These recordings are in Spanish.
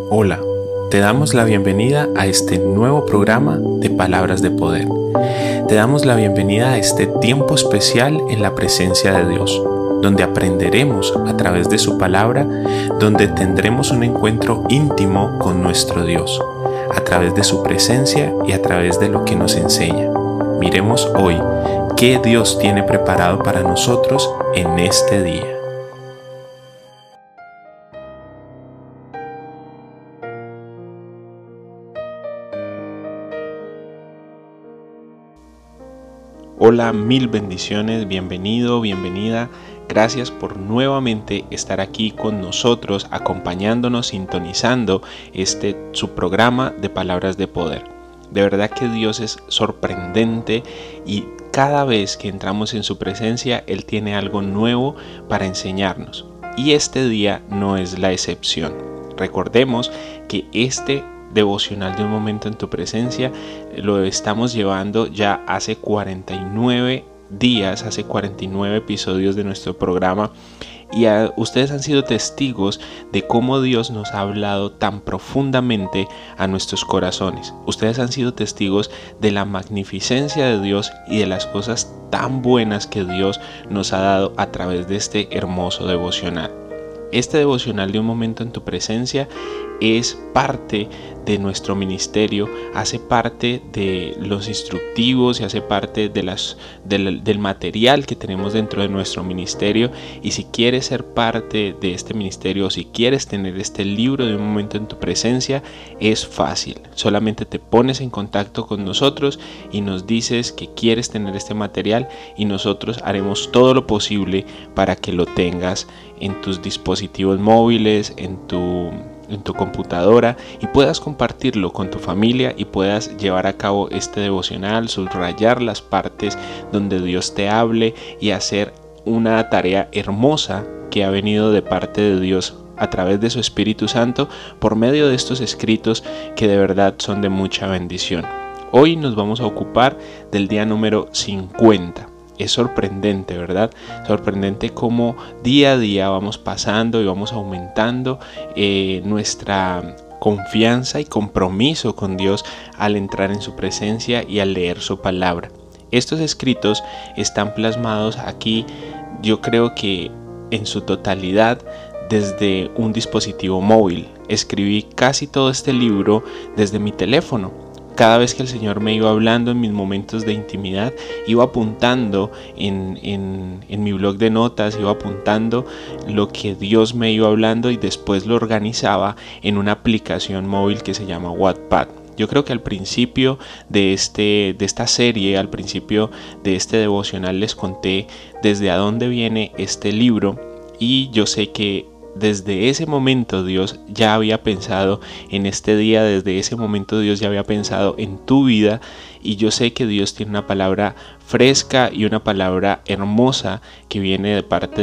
Hola, te damos la bienvenida a este nuevo programa de Palabras de Poder. Te damos la bienvenida a este tiempo especial en la presencia de Dios, donde aprenderemos a través de su palabra, donde tendremos un encuentro íntimo con nuestro Dios, a través de su presencia y a través de lo que nos enseña. Miremos hoy qué Dios tiene preparado para nosotros en este día. Hola, mil bendiciones, bienvenido, bienvenida. Gracias por nuevamente estar aquí con nosotros, acompañándonos, sintonizando su programa de Palabras de Poder. De verdad que Dios es sorprendente y cada vez que entramos en su presencia, Él tiene algo nuevo para enseñarnos. Y este día no es la excepción. Recordemos que este devocional de un momento en tu presencia lo estamos llevando ya hace 49 días, hace 49 episodios de nuestro programa, y ustedes han sido testigos de cómo Dios nos ha hablado tan profundamente a nuestros corazones. Ustedes han sido testigos de la magnificencia de Dios y de las cosas tan buenas que Dios nos ha dado a través de este hermoso devocional. Este devocional de un momento en tu presencia es parte de nuestro ministerio, hace parte de los instructivos y hace parte del material que tenemos dentro de nuestro ministerio. Y si quieres ser parte de este ministerio o si quieres tener este libro de un momento en tu presencia, es fácil. Solamente te pones en contacto con nosotros y nos dices que quieres tener este material y nosotros haremos todo lo posible para que lo tengas en tus dispositivos móviles, en tu computadora, y puedas compartirlo con tu familia y puedas llevar a cabo este devocional, subrayar las partes donde Dios te hable y hacer una tarea hermosa que ha venido de parte de Dios a través de su Espíritu Santo por medio de estos escritos que de verdad son de mucha bendición. Hoy nos vamos a ocupar del día número 50. Es sorprendente, ¿verdad? Sorprendente cómo día a día vamos pasando y vamos aumentando nuestra confianza y compromiso con Dios al entrar en su presencia y al leer su palabra. Estos escritos están plasmados aquí, yo creo que en su totalidad, desde un dispositivo móvil. Escribí casi todo este libro desde mi teléfono. Cada vez que el Señor me iba hablando en mis momentos de intimidad, iba apuntando en mi blog de notas, iba apuntando lo que Dios me iba hablando y después lo organizaba en una aplicación móvil que se llama Wattpad. Yo creo que al principio de esta serie, al principio de este devocional les conté desde a dónde viene este libro, y yo sé que desde ese momento Dios ya había pensado en este día, desde ese momento Dios ya había pensado en tu vida, y yo sé que Dios tiene una palabra fresca y una palabra hermosa que viene de parte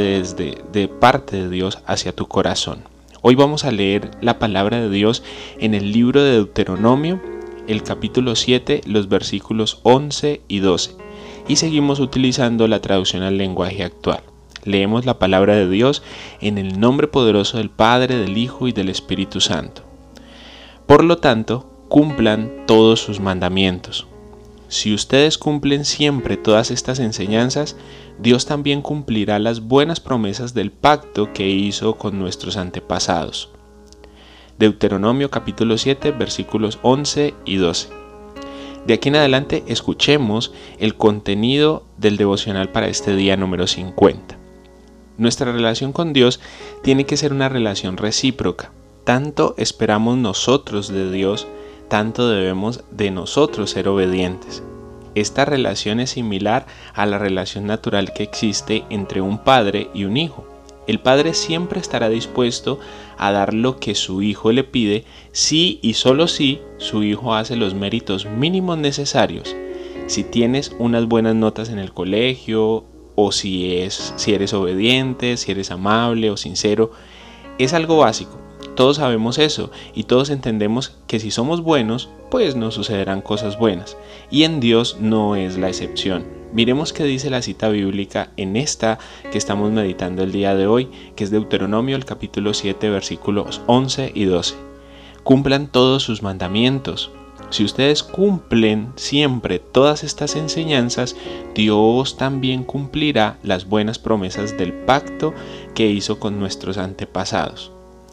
de Dios hacia tu corazón. Hoy vamos a leer la palabra de Dios en el libro de Deuteronomio, el capítulo 7, los versículos 11 y 12, y seguimos utilizando la traducción al lenguaje actual. Leemos la palabra de Dios en el nombre poderoso del Padre, del Hijo y del Espíritu Santo. Por lo tanto, cumplan todos sus mandamientos. Si ustedes cumplen siempre todas estas enseñanzas, Dios también cumplirá las buenas promesas del pacto que hizo con nuestros antepasados. Deuteronomio capítulo 7, versículos 11 y 12. De aquí en adelante escuchemos el contenido del devocional para este día número 50. Nuestra relación con Dios tiene que ser una relación recíproca. Tanto esperamos nosotros de Dios, tanto debemos de nosotros ser obedientes. Esta relación es similar a la relación natural que existe entre un padre y un hijo. El padre siempre estará dispuesto a dar lo que su hijo le pide si y solo si su hijo hace los méritos mínimos necesarios. Si tienes unas buenas notas en el colegio, o si eres obediente, si eres amable o sincero, es algo básico. Todos sabemos eso y todos entendemos que si somos buenos, pues nos sucederán cosas buenas. Y en Dios no es la excepción. Miremos qué dice la cita bíblica en esta que estamos meditando el día de hoy, que es Deuteronomio, el capítulo 7, versículos 11 y 12. cumplan todos sus mandamientos. Si ustedes cumplen siempre todas estas enseñanzas, Dios también cumplirá las buenas promesas del pacto que hizo con nuestros antepasados.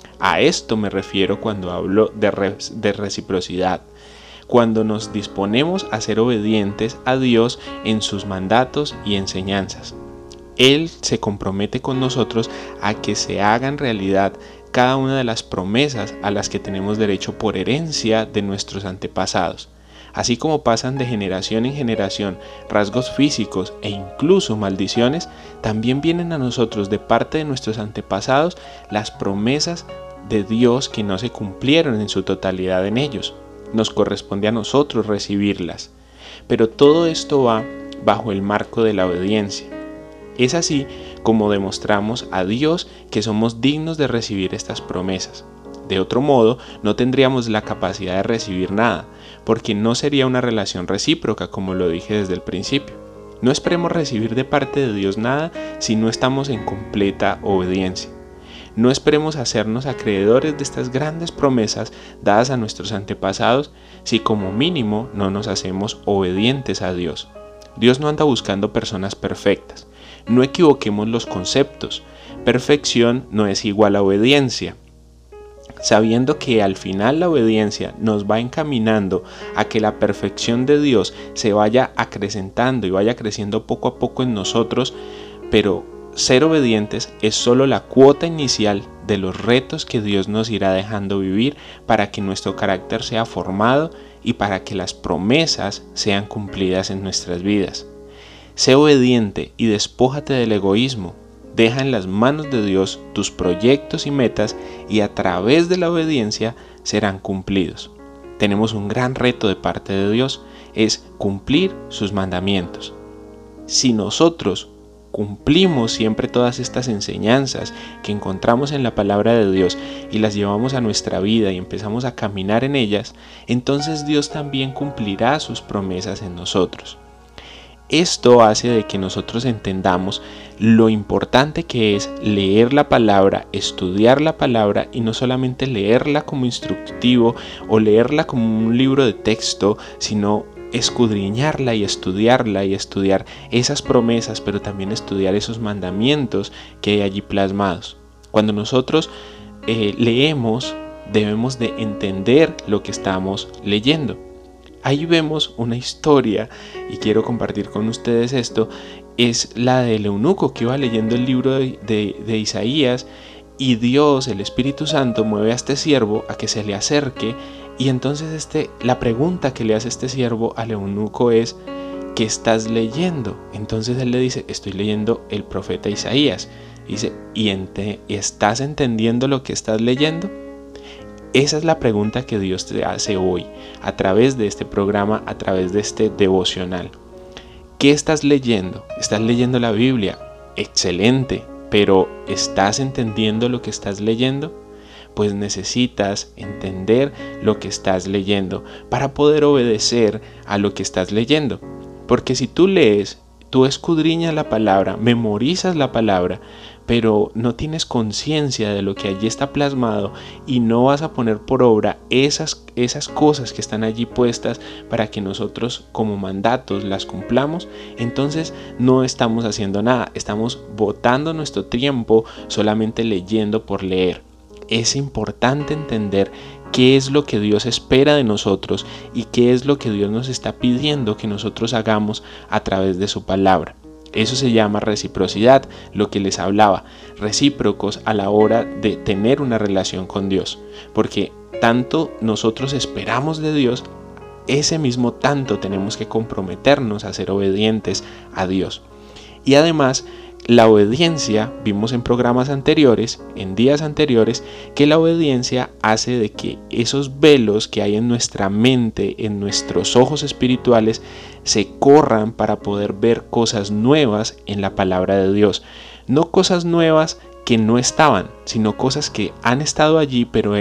A esto me refiero cuando hablo de reciprocidad, cuando nos disponemos a ser obedientes a Dios en sus mandatos y enseñanzas. Él se compromete con nosotros a que se hagan realidad cada una de las promesas a las que tenemos derecho por herencia de nuestros antepasados. Así como pasan de generación en generación rasgos físicos e incluso maldiciones, también vienen a nosotros de parte de nuestros antepasados las promesas de Dios que no se cumplieron en su totalidad en ellos. Nos corresponde a nosotros recibirlas. Pero todo esto va bajo el marco de la obediencia. Es así como demostramos a Dios que somos dignos de recibir estas promesas. De otro modo, no tendríamos la capacidad de recibir nada, porque no sería una relación recíproca, como lo dije desde el principio. No esperemos recibir de parte de Dios nada si no estamos en completa obediencia. No esperemos hacernos acreedores de estas grandes promesas dadas a nuestros antepasados si como mínimo no nos hacemos obedientes a Dios. Dios no anda buscando personas perfectas. No equivoquemos los conceptos. Perfección no es igual a obediencia. Sabiendo que al final la obediencia nos va encaminando a que la perfección de Dios se vaya acrecentando y vaya creciendo poco a poco en nosotros, pero ser obedientes es solo la cuota inicial de los retos que Dios nos irá dejando vivir para que nuestro carácter sea formado y para que las promesas sean cumplidas en nuestras vidas. Sé obediente y despójate del egoísmo. Deja en las manos de Dios tus proyectos y metas y a través de la obediencia serán cumplidos. Tenemos un gran reto de parte de Dios, es cumplir sus mandamientos. Si nosotros cumplimos siempre todas estas enseñanzas que encontramos en la palabra de Dios y las llevamos a nuestra vida y empezamos a caminar en ellas, entonces Dios también cumplirá sus promesas en nosotros. Esto hace de que nosotros entendamos lo importante que es leer la palabra, estudiar la palabra y no solamente leerla como instructivo o leerla como un libro de texto, sino escudriñarla y estudiar esas promesas, pero también estudiar esos mandamientos que hay allí plasmados. Cuando nosotros leemos, debemos de entender lo que estamos leyendo. Ahí vemos una historia y quiero compartir con ustedes esto. Es la del eunuco que iba leyendo el libro de Isaías y Dios, el Espíritu Santo, mueve a este siervo a que se le acerque y entonces la pregunta que le hace este siervo al eunuco es: ¿qué estás leyendo? Entonces él le dice: estoy leyendo el profeta Isaías. Dice: ¿y estás entendiendo lo que estás leyendo? Esa es la pregunta que Dios te hace hoy, a través de este programa, a través de este devocional. ¿Qué estás leyendo? ¿Estás leyendo la Biblia? Excelente, pero ¿estás entendiendo lo que estás leyendo? Pues necesitas entender lo que estás leyendo para poder obedecer a lo que estás leyendo. Porque si tú lees, tú escudriñas la palabra, memorizas la palabra, pero no tienes conciencia de lo que allí está plasmado y no vas a poner por obra esas cosas que están allí puestas para que nosotros como mandatos las cumplamos, entonces no estamos haciendo nada, estamos botando nuestro tiempo solamente leyendo por leer. Es importante entender qué es lo que Dios espera de nosotros y qué es lo que Dios nos está pidiendo que nosotros hagamos a través de su palabra. Eso se llama reciprocidad, lo que les hablaba, recíprocos a la hora de tener una relación con Dios, porque tanto nosotros esperamos de Dios, ese mismo tanto tenemos que comprometernos a ser obedientes a Dios. Y además, la obediencia, vimos en programas anteriores, en días anteriores, que la obediencia hace de que esos velos que hay en nuestra mente, en nuestros ojos espirituales, se corran para poder ver cosas nuevas en la palabra de Dios. No cosas nuevas que no estaban, sino cosas que han estado allí pero eran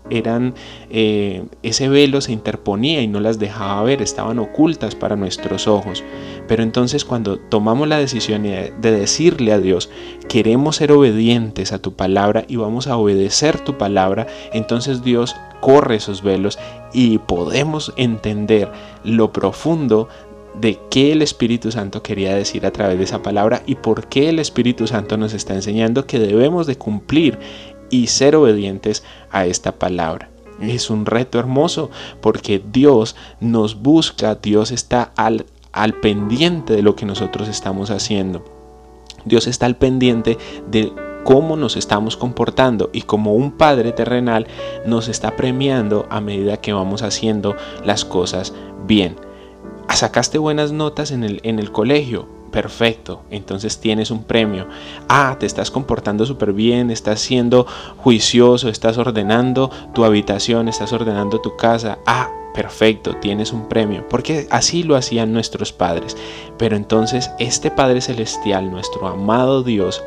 ese velo se interponía y no las dejaba ver, estaban ocultas para nuestros ojos. Pero entonces cuando tomamos la decisión de decirle a Dios, queremos ser obedientes a tu palabra y vamos a obedecer tu palabra, entonces Dios corre esos velos y podemos entender lo profundo de qué el Espíritu Santo quería decir a través de esa palabra y por qué el Espíritu Santo nos está enseñando que debemos de cumplir y ser obedientes a esta palabra. Es un reto hermoso porque Dios nos busca, Dios está al pendiente de lo que nosotros estamos haciendo. Dios está al pendiente de cómo nos estamos comportando y como un padre terrenal nos está premiando a medida que vamos haciendo las cosas bien. ¿Sacaste buenas notas en el colegio? Perfecto, entonces tienes un premio. Te estás comportando súper bien, estás siendo juicioso, estás ordenando tu habitación, estás ordenando tu casa. Perfecto, tienes un premio, porque así lo hacían nuestros padres. Pero entonces este Padre Celestial, nuestro amado Dios,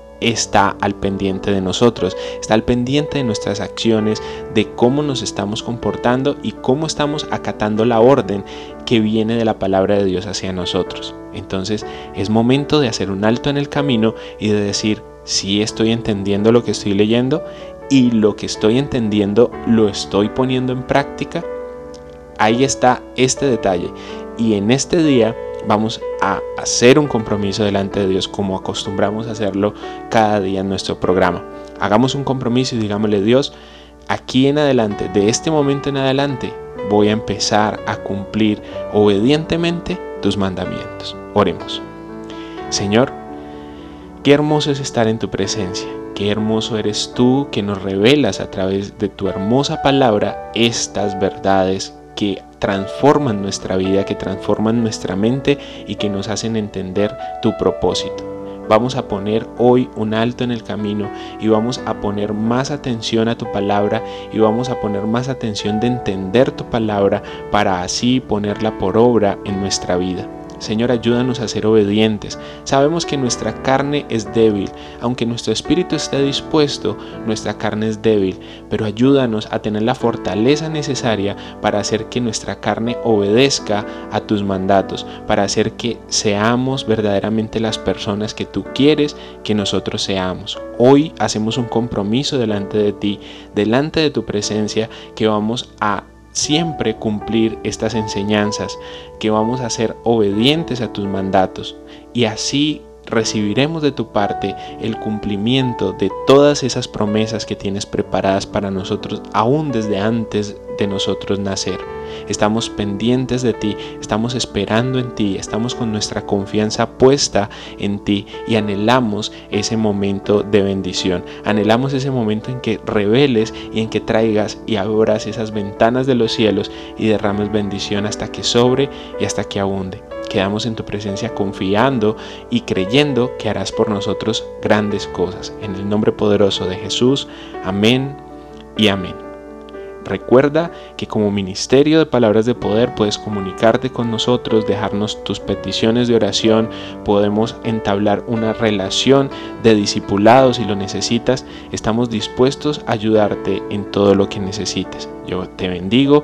está al pendiente de nosotros, está al pendiente de nuestras acciones, de cómo nos estamos comportando y cómo estamos acatando la orden que viene de la palabra de Dios hacia nosotros. Entonces es momento de hacer un alto en el camino y de decir, sí estoy entendiendo lo que estoy leyendo y lo que estoy entendiendo lo estoy poniendo en práctica. Ahí está este detalle y en este día vamos a hacer un compromiso delante de Dios como acostumbramos a hacerlo cada día en nuestro programa. Hagamos un compromiso y digámosle: Dios, aquí en adelante, de este momento en adelante, voy a empezar a cumplir obedientemente tus mandamientos. Oremos. Señor, qué hermoso es estar en tu presencia. Qué hermoso eres tú que nos revelas a través de tu hermosa palabra estas verdades que transforman nuestra vida, que transforman nuestra mente y que nos hacen entender tu propósito. Vamos a poner hoy un alto en el camino y vamos a poner más atención a tu palabra y vamos a poner más atención de entender tu palabra para así ponerla por obra en nuestra vida. Señor, ayúdanos a ser obedientes. Sabemos que nuestra carne es débil. Aunque nuestro espíritu esté dispuesto, nuestra carne es débil. Pero ayúdanos a tener la fortaleza necesaria para hacer que nuestra carne obedezca a tus mandatos, para hacer que seamos verdaderamente las personas que tú quieres que nosotros seamos. Hoy hacemos un compromiso delante de ti, delante de tu presencia, que vamos a siempre cumplir estas enseñanzas, que vamos a ser obedientes a tus mandatos y así recibiremos de tu parte el cumplimiento de todas esas promesas que tienes preparadas para nosotros aún desde antes de nosotros nacer. Estamos pendientes de ti, estamos esperando en ti, estamos con nuestra confianza puesta en ti y anhelamos ese momento de bendición. Anhelamos ese momento en que reveles y en que traigas y abras esas ventanas de los cielos y derrames bendición hasta que sobre y hasta que abunde. Quedamos en tu presencia confiando y creyendo que harás por nosotros grandes cosas. En el nombre poderoso de Jesús, amén y amén. Recuerda que como Ministerio de Palabras de Poder puedes comunicarte con nosotros, dejarnos tus peticiones de oración, podemos entablar una relación de discipulado si lo necesitas. Estamos dispuestos a ayudarte en todo lo que necesites. Yo te bendigo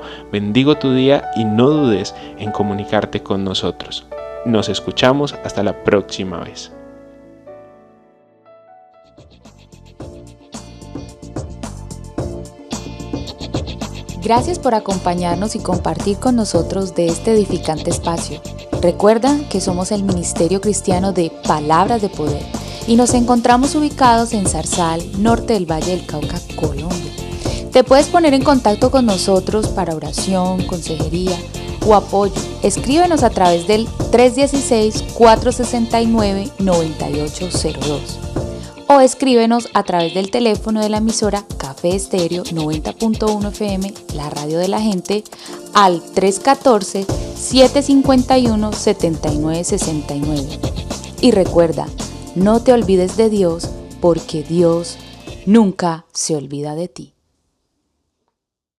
tu día y no dudes en comunicarte con nosotros. Nos escuchamos hasta la próxima vez. Gracias por acompañarnos y compartir con nosotros de este edificante espacio. Recuerda que somos el Ministerio Cristiano de Palabras de Poder y nos encontramos ubicados en Zarzal, norte del Valle del Cauca, Colombia. Te puedes poner en contacto con nosotros para oración, consejería o apoyo. Escríbenos a través del 316-469-9802 o escríbenos a través del teléfono de la emisora Café Estéreo 90.1 FM, la radio de la gente, al 314-751-7969. Y recuerda, no te olvides de Dios, porque Dios nunca se olvida de ti.